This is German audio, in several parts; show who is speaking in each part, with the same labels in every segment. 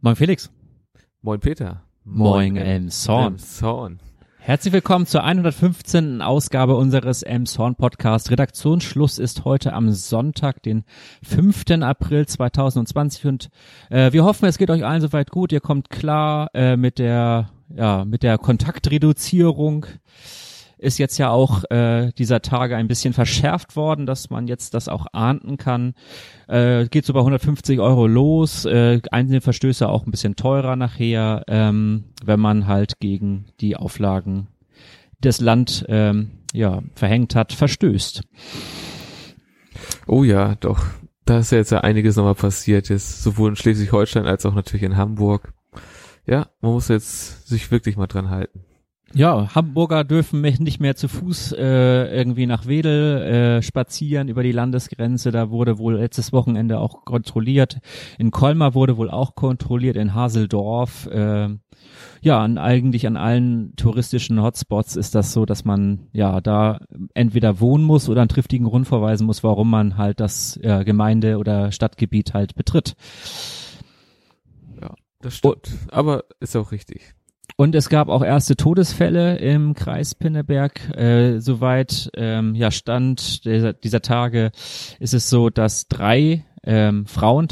Speaker 1: Moin Felix.
Speaker 2: Moin Peter.
Speaker 1: Moin Elmshorn. Herzlich willkommen zur 115. Ausgabe unseres Elmshorn Podcast. Redaktionsschluss ist heute am Sonntag, den 5. April 2020 und wir hoffen, es geht euch allen soweit gut. Ihr kommt klar mit der Kontaktreduzierung. Ist jetzt ja auch dieser Tage ein bisschen verschärft worden, dass man jetzt das auch ahnden kann. Geht so bei 150 € los, einzelne Verstöße auch ein bisschen teurer nachher, wenn man halt gegen die Auflagen des Land verhängt hat, verstößt.
Speaker 2: Oh ja, doch. Da ist ja jetzt einiges nochmal passiert, jetzt sowohl in Schleswig-Holstein als auch natürlich in Hamburg. Ja, man muss jetzt sich wirklich mal dran halten.
Speaker 1: Ja, Hamburger dürfen nicht mehr zu Fuß irgendwie nach Wedel spazieren über die Landesgrenze. Da wurde wohl letztes Wochenende auch kontrolliert. In Colmar wurde wohl auch kontrolliert, in Haseldorf. Eigentlich an allen touristischen Hotspots ist das so, dass man ja da entweder wohnen muss oder einen triftigen Grund vorweisen muss, warum man halt das Gemeinde- oder Stadtgebiet halt betritt.
Speaker 2: Ja, das stimmt. Aber ist auch richtig.
Speaker 1: Und es gab auch erste Todesfälle im Kreis Pinneberg. Soweit Stand dieser Tage ist es so, dass drei Frauen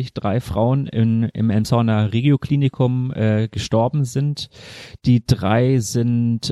Speaker 1: im Elmshorner Regio-Klinikum gestorben sind. Die drei sind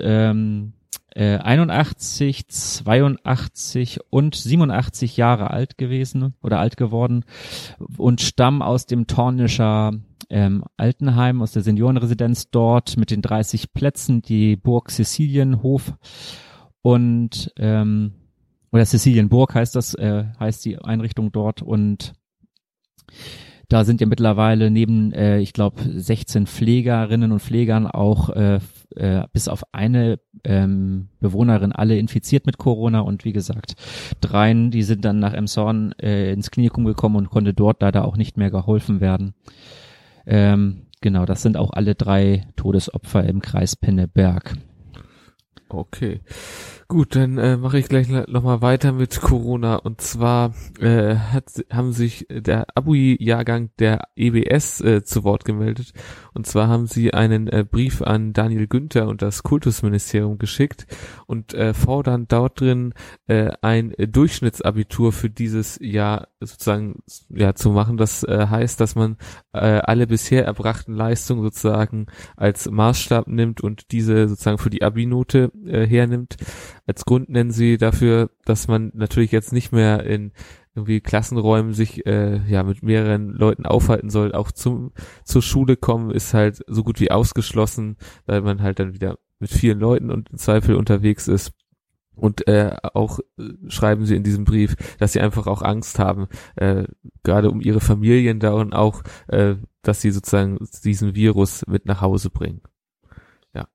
Speaker 1: 81, 82 und 87 Jahre alt gewesen oder alt geworden und stammen aus dem Tornischer Altenheim, aus der Seniorenresidenz dort mit den 30 Plätzen, die Burg Cäcilienhof und oder Cäcilienburg heißt die Einrichtung dort, und da sind ja mittlerweile neben, 16 Pflegerinnen und Pflegern auch bis auf eine Bewohnerin alle infiziert mit Corona, und wie gesagt, dreien, die sind dann nach Elmshorn ins Klinikum gekommen und konnte dort leider auch nicht mehr geholfen werden. Das sind auch alle drei Todesopfer im Kreis Pinneberg.
Speaker 2: Okay. Gut, dann mache ich gleich nochmal weiter mit Corona, und zwar haben sich der Abi-Jahrgang der EBS zu Wort gemeldet, und zwar haben sie einen Brief an Daniel Günther und das Kultusministerium geschickt und fordern dort drin ein Durchschnittsabitur für dieses Jahr sozusagen zu machen. Das heißt, dass man alle bisher erbrachten Leistungen sozusagen als Maßstab nimmt und diese sozusagen für die Abi-Note hernimmt. Als Grund nennen sie dafür, dass man natürlich jetzt nicht mehr in irgendwie Klassenräumen sich mit mehreren Leuten aufhalten soll. Auch zur Schule kommen ist halt so gut wie ausgeschlossen, weil man halt dann wieder mit vielen Leuten und im Zweifel unterwegs ist. Und auch schreiben sie in diesem Brief, dass sie einfach auch Angst haben, gerade um ihre Familien da, und auch, dass sie sozusagen diesen Virus mit nach Hause bringen. Ja.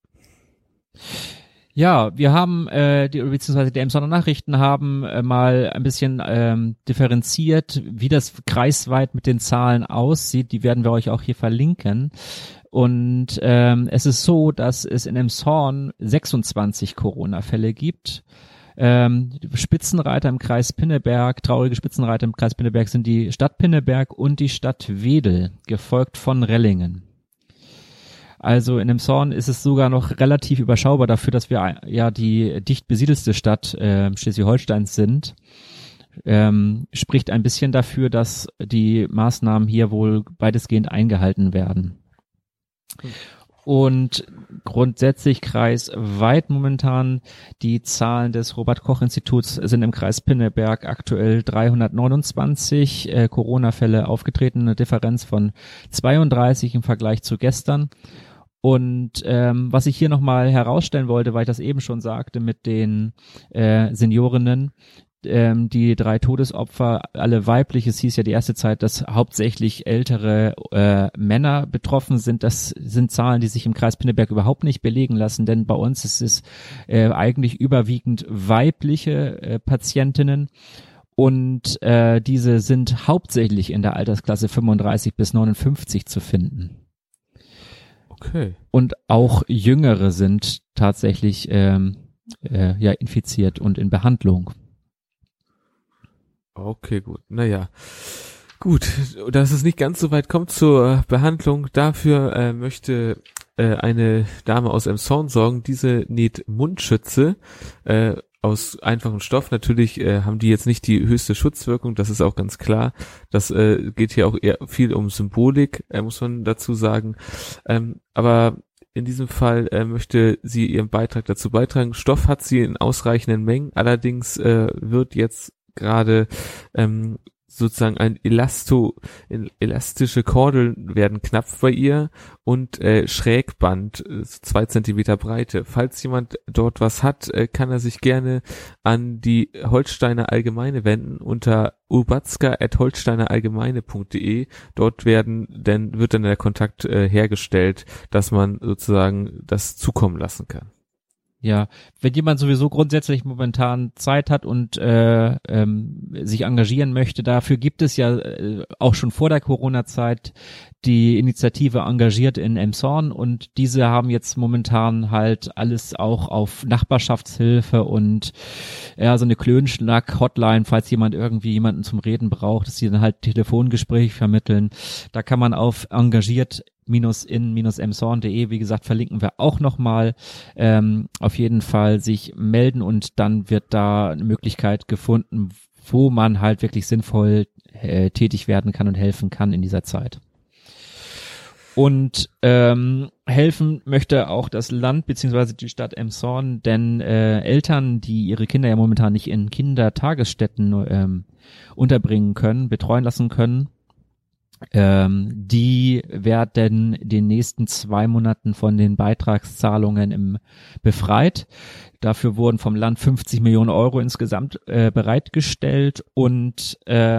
Speaker 1: Ja, wir haben, beziehungsweise die Elmshorner Nachrichten haben mal ein bisschen differenziert, wie das kreisweit mit den Zahlen aussieht. Die werden wir euch auch hier verlinken. Und es ist so, dass es in Elmshorn 26 Corona-Fälle gibt. Spitzenreiter im Kreis Pinneberg, traurige Spitzenreiter im Kreis Pinneberg sind die Stadt Pinneberg und die Stadt Wedel, gefolgt von Rellingen. Also in Elmshorn ist es sogar noch relativ überschaubar dafür, dass wir ja die dicht besiedelste Stadt Schleswig-Holsteins sind. Spricht ein bisschen dafür, dass die Maßnahmen hier wohl weitestgehend eingehalten werden. Und grundsätzlich kreisweit momentan die Zahlen des Robert-Koch-Instituts sind im Kreis Pinneberg aktuell 329 Corona-Fälle aufgetreten, eine Differenz von 32 im Vergleich zu gestern. Und was ich hier nochmal herausstellen wollte, weil ich das eben schon sagte mit den Seniorinnen, die drei Todesopfer, alle weiblich, es hieß ja die erste Zeit, dass hauptsächlich ältere Männer betroffen sind. Das sind Zahlen, die sich im Kreis Pinneberg überhaupt nicht belegen lassen, denn bei uns ist es eigentlich überwiegend weibliche Patientinnen. Und diese sind hauptsächlich in der Altersklasse 35 bis 59 zu finden.
Speaker 2: Okay.
Speaker 1: Und auch Jüngere sind tatsächlich infiziert und in Behandlung.
Speaker 2: Okay, gut. Naja. Gut, dass es nicht ganz so weit kommt zur Behandlung, dafür möchte eine Dame aus Emshorn sorgen. Diese näht Mundschütze aus einfachem Stoff. Natürlich haben die jetzt nicht die höchste Schutzwirkung, das ist auch ganz klar. Das geht hier auch eher viel um Symbolik, muss man dazu sagen. Aber in diesem Fall möchte sie ihren Beitrag dazu beitragen. Stoff hat sie in ausreichenden Mengen, allerdings wird jetzt gerade sozusagen elastische Kordeln werden knapp bei ihr und Schrägband, 2 Zentimeter Breite. Falls jemand dort was hat, kann er sich gerne an die Holsteiner Allgemeine wenden unter ubatzka@holsteinerallgemeine.de. Dort wird dann der Kontakt hergestellt, dass man sozusagen das zukommen lassen kann.
Speaker 1: Ja, wenn jemand sowieso grundsätzlich momentan Zeit hat und sich engagieren möchte, dafür gibt es ja auch schon vor der Corona-Zeit die Initiative Engagiert in Emshorn, und diese haben jetzt momentan halt alles auch auf Nachbarschaftshilfe und ja, so eine Klönschnack-Hotline, falls jemand irgendwie jemanden zum Reden braucht, dass sie dann halt Telefongespräch vermitteln. Da kann man auf engagiert-in-emshorn.de, wie gesagt, verlinken wir auch nochmal, auf jeden Fall sich melden, und dann wird da eine Möglichkeit gefunden, wo man halt wirklich sinnvoll tätig werden kann und helfen kann in dieser Zeit. Und helfen möchte auch das Land beziehungsweise die Stadt Emshorn, denn Eltern, die ihre Kinder ja momentan nicht in Kindertagesstätten unterbringen können, betreuen lassen können, die werden den nächsten 2 Monaten von den Beitragszahlungen befreit. Dafür wurden vom Land 50 Millionen Euro insgesamt bereitgestellt, und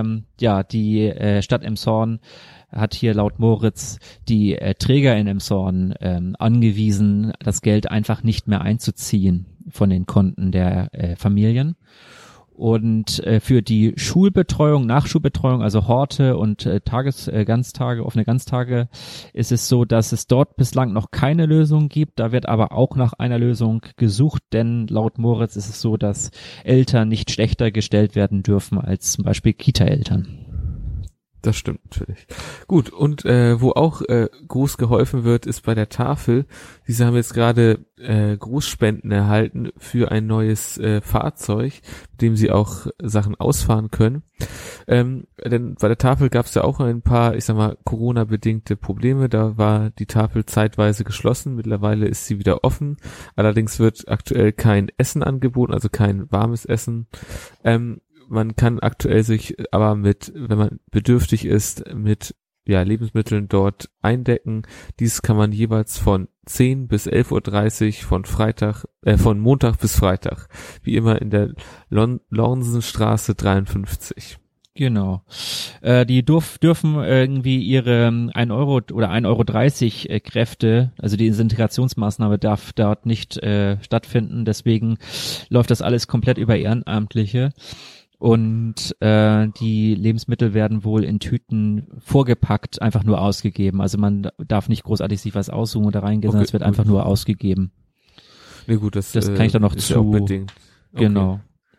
Speaker 1: die Stadt Emshorn hat hier laut Moritz die Träger in Emshorn angewiesen, das Geld einfach nicht mehr einzuziehen von den Konten der Familien. Und für die Schulbetreuung, Nachschulbetreuung, also Horte und Ganztage, offene Ganztage, ist es so, dass es dort bislang noch keine Lösung gibt. Da wird aber auch nach einer Lösung gesucht, denn laut Moritz ist es so, dass Eltern nicht schlechter gestellt werden dürfen als zum Beispiel Kita-Eltern.
Speaker 2: Das stimmt natürlich. Gut, und wo auch groß geholfen wird, ist bei der Tafel. Diese haben jetzt gerade Großspenden erhalten für ein neues Fahrzeug, mit dem sie auch Sachen ausfahren können. Denn bei der Tafel gab es ja auch ein paar, Corona-bedingte Probleme. Da war die Tafel zeitweise geschlossen. Mittlerweile ist sie wieder offen. Allerdings wird aktuell kein Essen angeboten, also kein warmes Essen. Man kann aktuell sich aber wenn man bedürftig ist, mit Lebensmitteln dort eindecken. Dies kann man jeweils von 10 bis 11:30 Uhr von Montag bis Freitag. Wie immer in der Lornsenstraße 53.
Speaker 1: Genau. Die dürfen irgendwie ihre 1 Euro oder 1,30 Euro Kräfte, also die Integrationsmaßnahme darf dort nicht stattfinden. Deswegen läuft das alles komplett über Ehrenamtliche. Und die Lebensmittel werden wohl in Tüten vorgepackt, einfach nur ausgegeben. Also man darf nicht großartig sich was aussuchen oder reingehen, sondern es wird einfach nur ausgegeben.
Speaker 2: Nee, gut, das
Speaker 1: kann ich dann noch
Speaker 2: ja auch bedingt. Okay.
Speaker 1: Genau,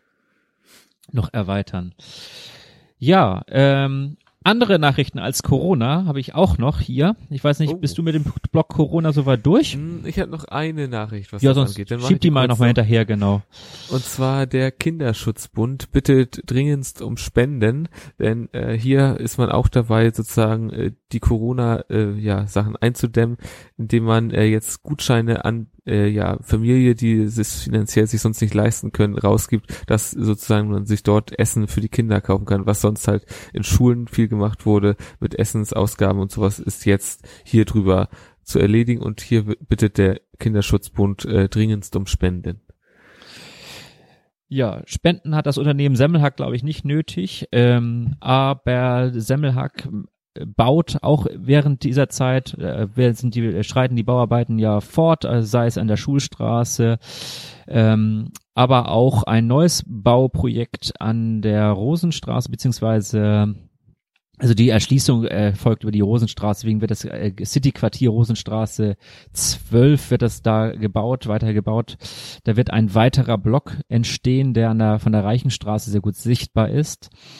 Speaker 1: noch erweitern. Ja, andere Nachrichten als Corona habe ich auch noch hier. Ich weiß nicht, bist du mit dem Blog Corona soweit durch?
Speaker 2: Ich habe noch eine Nachricht, was
Speaker 1: das
Speaker 2: angeht.
Speaker 1: Dann schieb die mal nochmal hinterher, genau.
Speaker 2: Und zwar der Kinderschutzbund bittet dringendst um Spenden, denn hier ist man auch dabei, sozusagen die Corona-Sachen einzudämmen, indem man jetzt Gutscheine an Familie, die es finanziell sich sonst nicht leisten können, rausgibt, dass sozusagen man sich dort Essen für die Kinder kaufen kann, was sonst halt in Schulen viel gemacht wurde mit Essensausgaben und sowas, ist jetzt hier drüber zu erledigen, und hier bittet der Kinderschutzbund dringendst um Spenden.
Speaker 1: Ja, Spenden hat das Unternehmen Semmelhack, glaube ich, nicht nötig, aber Semmelhack baut auch während dieser Zeit, schreiten die Bauarbeiten ja fort, also sei es an der Schulstraße, aber auch ein neues Bauprojekt an der Rosenstraße, beziehungsweise also die Erschließung folgt über die Rosenstraße, deswegen wird das Cityquartier Rosenstraße 12 wird das da weiter gebaut. Da wird ein weiterer Block entstehen, der von der Reichenstraße sehr gut sichtbar ist.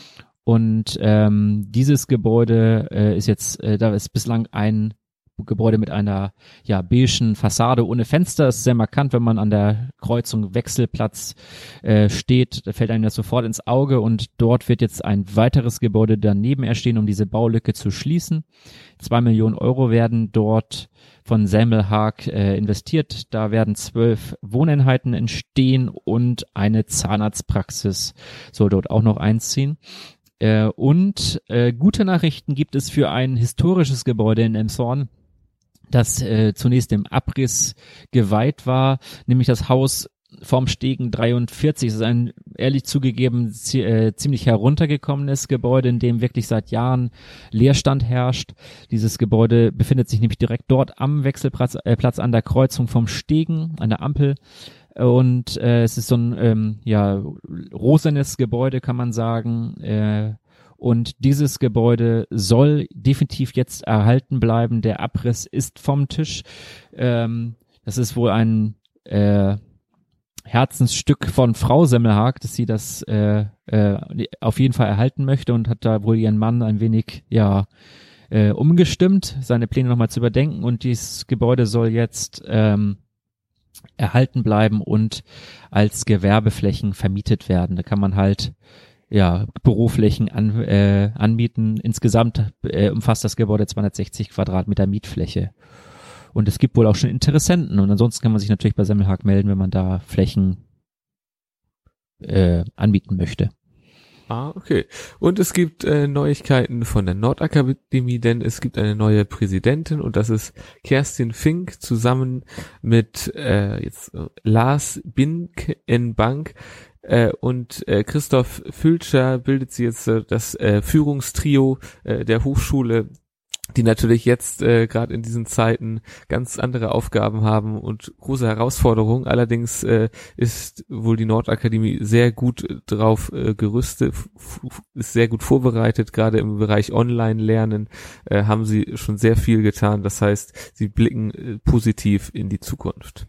Speaker 1: Und dieses Gebäude ist jetzt, da ist bislang ein Gebäude mit einer beigen Fassade ohne Fenster. Ist sehr markant, wenn man an der Kreuzung Wechselplatz steht, da fällt einem das sofort ins Auge, und dort wird jetzt ein weiteres Gebäude daneben erstehen, um diese Baulücke zu schließen. 2 Millionen Euro werden dort von Semmelhaag investiert. Da werden 12 Wohneinheiten entstehen und eine Zahnarztpraxis soll dort auch noch einziehen. Und gute Nachrichten gibt es für ein historisches Gebäude in Elmshorn, das zunächst dem Abriss geweiht war, nämlich das Haus vorm Stegen 43. Das ist ein, ehrlich zugegeben, ziemlich heruntergekommenes Gebäude, in dem wirklich seit Jahren Leerstand herrscht. Dieses Gebäude befindet sich nämlich direkt dort am Wechselplatz Platz an der Kreuzung vom Stegen, an der Ampel. Und es ist so ein rosenes Gebäude, kann man sagen. Und dieses Gebäude soll definitiv jetzt erhalten bleiben. Der Abriss ist vom Tisch. Das ist wohl ein Herzensstück von Frau Semmelhaag, dass sie das auf jeden Fall erhalten möchte, und hat da wohl ihren Mann ein wenig umgestimmt, seine Pläne nochmal zu überdenken. Und dieses Gebäude soll jetzt erhalten bleiben und als Gewerbeflächen vermietet werden. Da kann man halt Büroflächen anmieten. Insgesamt umfasst das Gebäude 260 Quadratmeter Mietfläche. Und es gibt wohl auch schon Interessenten. Und ansonsten kann man sich natürlich bei Semmelhaag melden, wenn man da Flächen anbieten möchte.
Speaker 2: Ah, okay. Und es gibt Neuigkeiten von der Nordakademie, denn es gibt eine neue Präsidentin, und das ist Kerstin Fink zusammen mit Lars Binkenbank und Christoph Fülscher bildet sie jetzt das Führungstrio der Hochschule, die natürlich jetzt gerade in diesen Zeiten ganz andere Aufgaben haben und große Herausforderungen. Allerdings ist wohl die Nordakademie sehr gut drauf gerüstet, ist sehr gut vorbereitet. Gerade im Bereich Online-Lernen haben sie schon sehr viel getan. Das heißt, sie blicken positiv in die Zukunft.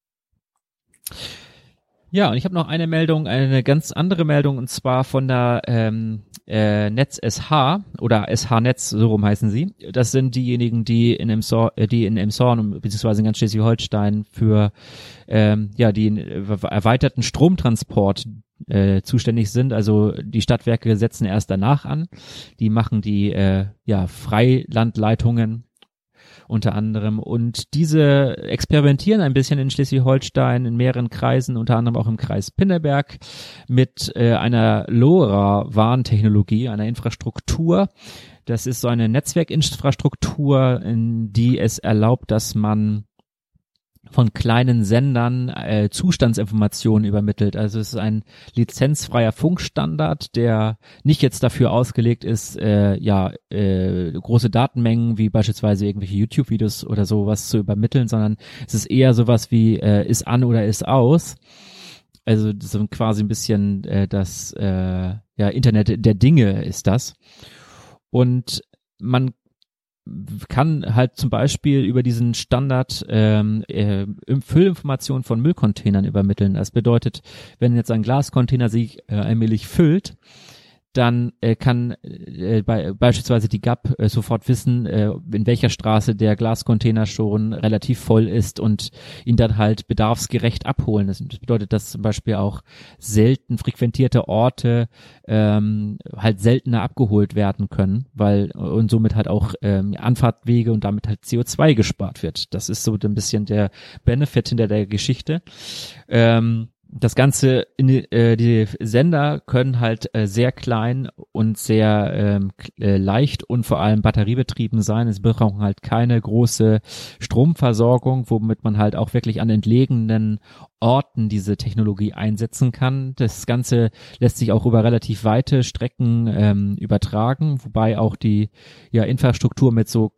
Speaker 1: Ja, und ich habe noch eine ganz andere Meldung, und zwar von der Netz SH oder SH Netz, so rum heißen sie. Das sind diejenigen, die in Elmshorn beziehungsweise in ganz Schleswig-Holstein für den erweiterten Stromtransport zuständig sind. Also die Stadtwerke setzen erst danach an. Die machen die Freilandleitungen unter anderem, und diese experimentieren ein bisschen in Schleswig-Holstein in mehreren Kreisen, unter anderem auch im Kreis Pinneberg, mit einer LoRaWAN-Technologie, einer Infrastruktur. Das ist so eine Netzwerkinfrastruktur, in die es erlaubt, dass man von kleinen Sendern Zustandsinformationen übermittelt. Also es ist ein lizenzfreier Funkstandard, der nicht jetzt dafür ausgelegt ist, große Datenmengen wie beispielsweise irgendwelche YouTube-Videos oder sowas zu übermitteln, sondern es ist eher sowas wie ist an oder ist aus. Also so quasi ein bisschen das Internet der Dinge ist das. Und man kann halt zum Beispiel über diesen Standard Füllinformationen von Müllcontainern übermitteln. Das bedeutet, wenn jetzt ein Glascontainer sich allmählich füllt, dann kann beispielsweise die GAP sofort wissen, in welcher Straße der Glascontainer schon relativ voll ist, und ihn dann halt bedarfsgerecht abholen. Das bedeutet, dass zum Beispiel auch selten frequentierte Orte halt seltener abgeholt werden können, und somit halt auch Anfahrtwege und damit halt CO2 gespart wird. Das ist so ein bisschen der Benefit hinter der Geschichte. Das Ganze, die Sender können halt sehr klein und sehr leicht und vor allem batteriebetrieben sein. Es brauchen halt keine große Stromversorgung, womit man halt auch wirklich an entlegenen Orten diese Technologie einsetzen kann. Das Ganze lässt sich auch über relativ weite Strecken übertragen, wobei auch die Infrastruktur mit so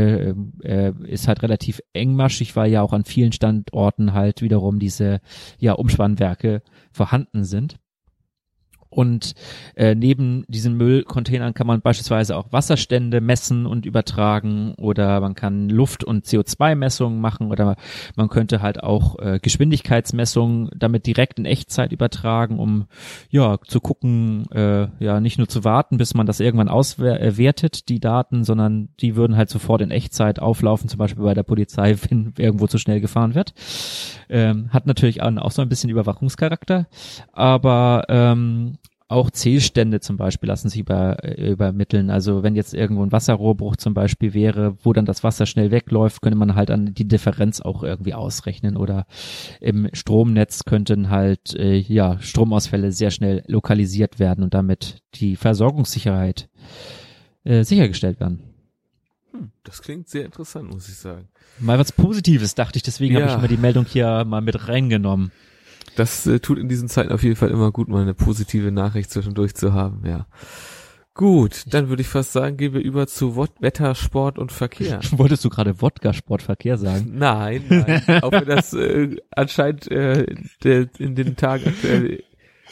Speaker 1: ist halt relativ engmaschig, weil ja auch an vielen Standorten halt wiederum diese Umspannwerke vorhanden sind. Und neben diesen Müllcontainern kann man beispielsweise auch Wasserstände messen und übertragen, oder man kann Luft- und CO2-Messungen machen, oder man könnte halt auch Geschwindigkeitsmessungen damit direkt in Echtzeit übertragen, um ja zu gucken, nicht nur zu warten, bis man das irgendwann auswertet, die Daten, sondern die würden halt sofort in Echtzeit auflaufen, zum Beispiel bei der Polizei, wenn irgendwo zu schnell gefahren wird. Hat natürlich auch so ein bisschen Überwachungscharakter, aber auch Zählstände zum Beispiel lassen sich übermitteln. Also wenn jetzt irgendwo ein Wasserrohrbruch zum Beispiel wäre, wo dann das Wasser schnell wegläuft, könnte man halt an die Differenz auch irgendwie ausrechnen. Oder im Stromnetz könnten halt Stromausfälle sehr schnell lokalisiert werden und damit die Versorgungssicherheit sichergestellt werden.
Speaker 2: Das klingt sehr interessant, muss ich sagen.
Speaker 1: Mal was Positives, dachte ich, deswegen habe ich immer die Meldung hier mal mit reingenommen.
Speaker 2: Das tut in diesen Zeiten auf jeden Fall immer gut, mal eine positive Nachricht zwischendurch zu haben, ja. Gut, dann würde ich fast sagen, gehen wir über zu Wetter, Sport und Verkehr.
Speaker 1: Wolltest du gerade Wodka, Sport, Verkehr sagen?
Speaker 2: Nein. Auch wenn das anscheinend in den Tagen aktuell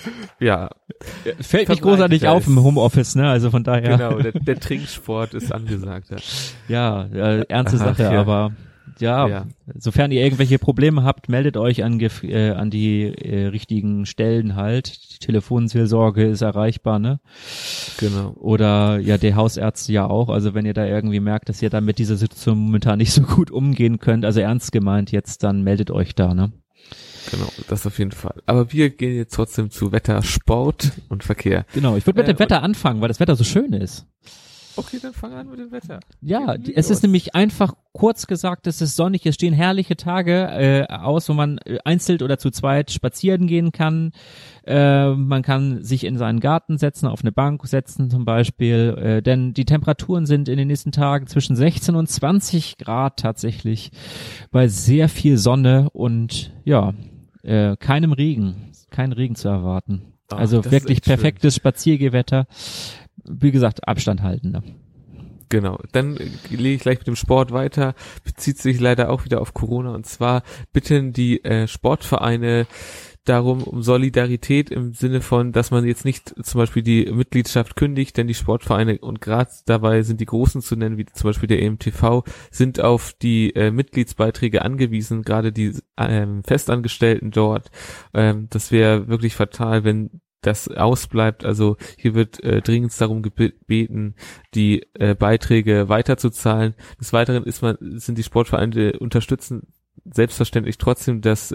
Speaker 1: fällt nicht großartig auf im Homeoffice, ne? Also von daher.
Speaker 2: Genau, der Trinksport ist angesagt.
Speaker 1: Ja, ernste Sache, aber sofern ihr irgendwelche Probleme habt, meldet euch an die richtigen Stellen halt. Die Telefonseelsorge ist erreichbar, ne?
Speaker 2: Genau.
Speaker 1: Oder die Hausärzte ja auch. Also wenn ihr da irgendwie merkt, dass ihr da mit dieser Situation momentan nicht so gut umgehen könnt, also ernst gemeint jetzt, dann meldet euch da, ne?
Speaker 2: Genau, das auf jeden Fall. Aber wir gehen jetzt trotzdem zu Wetter, Sport und Verkehr.
Speaker 1: Genau, ich würde mit dem Wetter anfangen, weil das Wetter so schön ist.
Speaker 2: Okay, dann fang an mit dem Wetter.
Speaker 1: Ja, es ist nämlich einfach, kurz gesagt, es ist sonnig, es stehen herrliche Tage aus, wo man einzeln oder zu zweit spazieren gehen kann. Man kann sich in seinen Garten setzen, auf eine Bank setzen zum Beispiel, denn die Temperaturen sind in den nächsten Tagen zwischen 16 und 20 Grad tatsächlich, bei sehr viel Sonne und keinem Regen, kein Regen zu erwarten. Also wirklich perfektes Spaziergehwetter. Wie gesagt, Abstand halten. Ne?
Speaker 2: Genau, dann lege ich gleich mit dem Sport weiter, bezieht sich leider auch wieder auf Corona, und zwar bitten die Sportvereine darum, um Solidarität im Sinne von, dass man jetzt nicht zum Beispiel die Mitgliedschaft kündigt, denn die Sportvereine, und gerade dabei sind die Großen zu nennen, wie zum Beispiel der EMTV, sind auf die Mitgliedsbeiträge angewiesen, gerade die Festangestellten dort. Das wäre wirklich fatal, wenn das ausbleibt. Also hier wird dringend darum gebeten, die Beiträge weiterzuzahlen. Des Weiteren sind die Sportvereine unterstützen selbstverständlich trotzdem das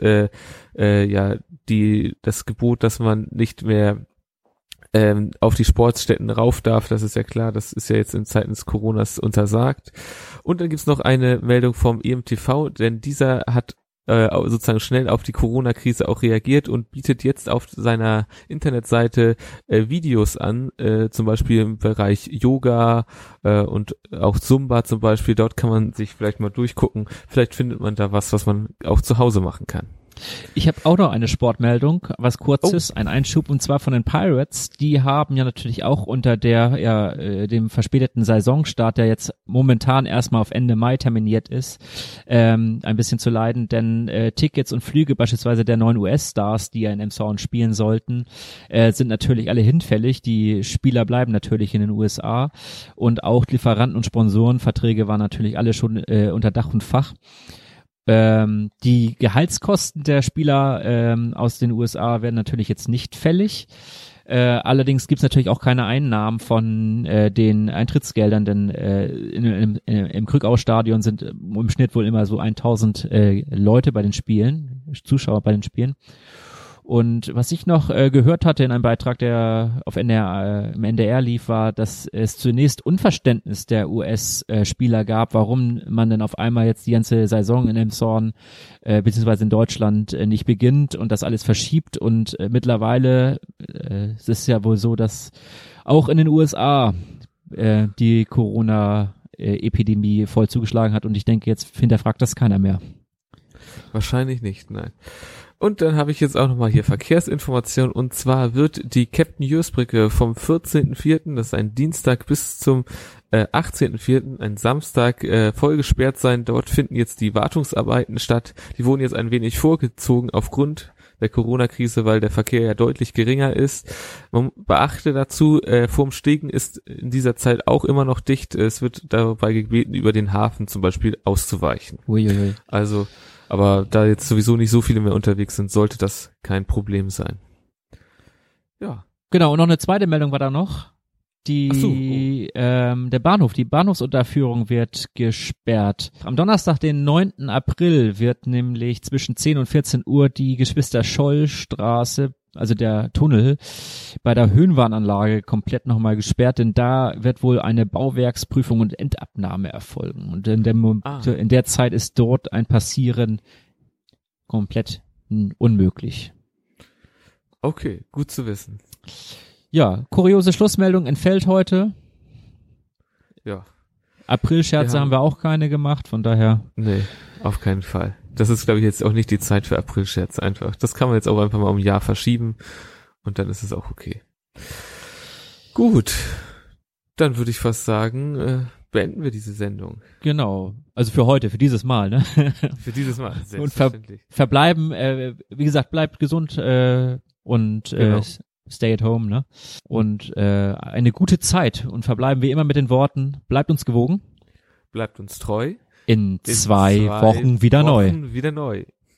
Speaker 2: Gebot, dass man nicht mehr auf die Sportstätten rauf darf. Das ist ja klar, das ist ja jetzt in Zeiten des Coronas untersagt. Und dann gibt's noch eine Meldung vom EMTV, denn dieser hat sozusagen schnell auf die Corona-Krise auch reagiert und bietet jetzt auf seiner Internetseite Videos an, zum Beispiel im Bereich Yoga und auch Zumba zum Beispiel. Dort kann man sich vielleicht mal durchgucken. Vielleicht findet man da was man auch zu Hause machen kann.
Speaker 1: Ich habe auch noch eine Sportmeldung, was kurzes, ein Einschub, und zwar von den Pirates. Die haben ja natürlich auch unter dem verspäteten Saisonstart, der jetzt momentan erstmal auf Ende Mai terminiert ist, ein bisschen zu leiden, denn Tickets und Flüge beispielsweise der 9 US-Stars, die ja in Emshorn spielen sollten, sind natürlich alle hinfällig. Die Spieler bleiben natürlich in den USA, und auch Lieferanten und Sponsorenverträge waren natürlich alle schon unter Dach und Fach. Die Gehaltskosten der Spieler aus den USA werden natürlich jetzt nicht fällig. Allerdings gibt's natürlich auch keine Einnahmen von den Eintrittsgeldern, denn im Krückau-Stadion sind im Schnitt wohl immer so 1000 Leute bei den Spielen, Zuschauer bei den Spielen. Und was ich noch gehört hatte in einem Beitrag, der auf im NDR lief, war, dass es zunächst Unverständnis der US-Spieler gab, warum man denn auf einmal jetzt die ganze Saison in Emshorn beziehungsweise in Deutschland nicht beginnt und das alles verschiebt. Und mittlerweile es ist ja wohl so, dass auch in den USA die Corona-Epidemie voll zugeschlagen hat, und ich denke, jetzt hinterfragt das keiner mehr.
Speaker 2: Wahrscheinlich nicht, nein. Und dann habe ich jetzt auch nochmal hier Verkehrsinformation, und zwar wird die Captain-Urs-Brücke vom 14.04., das ist ein Dienstag, bis zum 18.04., ein Samstag, voll gesperrt sein. Dort finden jetzt die Wartungsarbeiten statt. Die wurden jetzt ein wenig vorgezogen aufgrund der Corona-Krise, weil der Verkehr ja deutlich geringer ist. Man beachte dazu, vorm Stegen ist in dieser Zeit auch immer noch dicht. Es wird dabei gebeten, über den Hafen zum Beispiel auszuweichen.
Speaker 1: Uiuiui.
Speaker 2: Also, aber da jetzt sowieso nicht so viele mehr unterwegs sind, sollte das kein Problem sein. Ja.
Speaker 1: Genau, und noch eine zweite Meldung war da noch. Der Bahnhof, die Bahnhofsunterführung wird gesperrt. Am Donnerstag, den 9. April, wird nämlich zwischen 10 und 14 Uhr die Geschwister-Scholl-Straße, also der Tunnel, bei der Höhenwarnanlage komplett nochmal gesperrt, denn da wird wohl eine Bauwerksprüfung und Endabnahme erfolgen. Und in der Zeit ist dort ein Passieren komplett unmöglich.
Speaker 2: Okay, gut zu wissen.
Speaker 1: Ja, kuriose Schlussmeldung entfällt heute.
Speaker 2: Ja.
Speaker 1: Aprilscherze haben wir auch keine gemacht, von daher.
Speaker 2: Nee, auf keinen Fall. Das ist, glaube ich, jetzt auch nicht die Zeit für Aprilscherze einfach. Das kann man jetzt auch einfach mal um ein Jahr verschieben und dann ist es auch okay. Gut, dann würde ich fast sagen, beenden wir diese Sendung.
Speaker 1: Genau, also für heute, für dieses Mal, ne?
Speaker 2: Für dieses Mal,
Speaker 1: selbstverständlich. Und verbleiben, wie gesagt, bleibt gesund und
Speaker 2: genau.
Speaker 1: Stay at home, ne? Und eine gute Zeit und verbleiben wie immer mit den Worten, bleibt uns gewogen.
Speaker 2: Bleibt uns treu.
Speaker 1: In 2 Wochen wieder neu.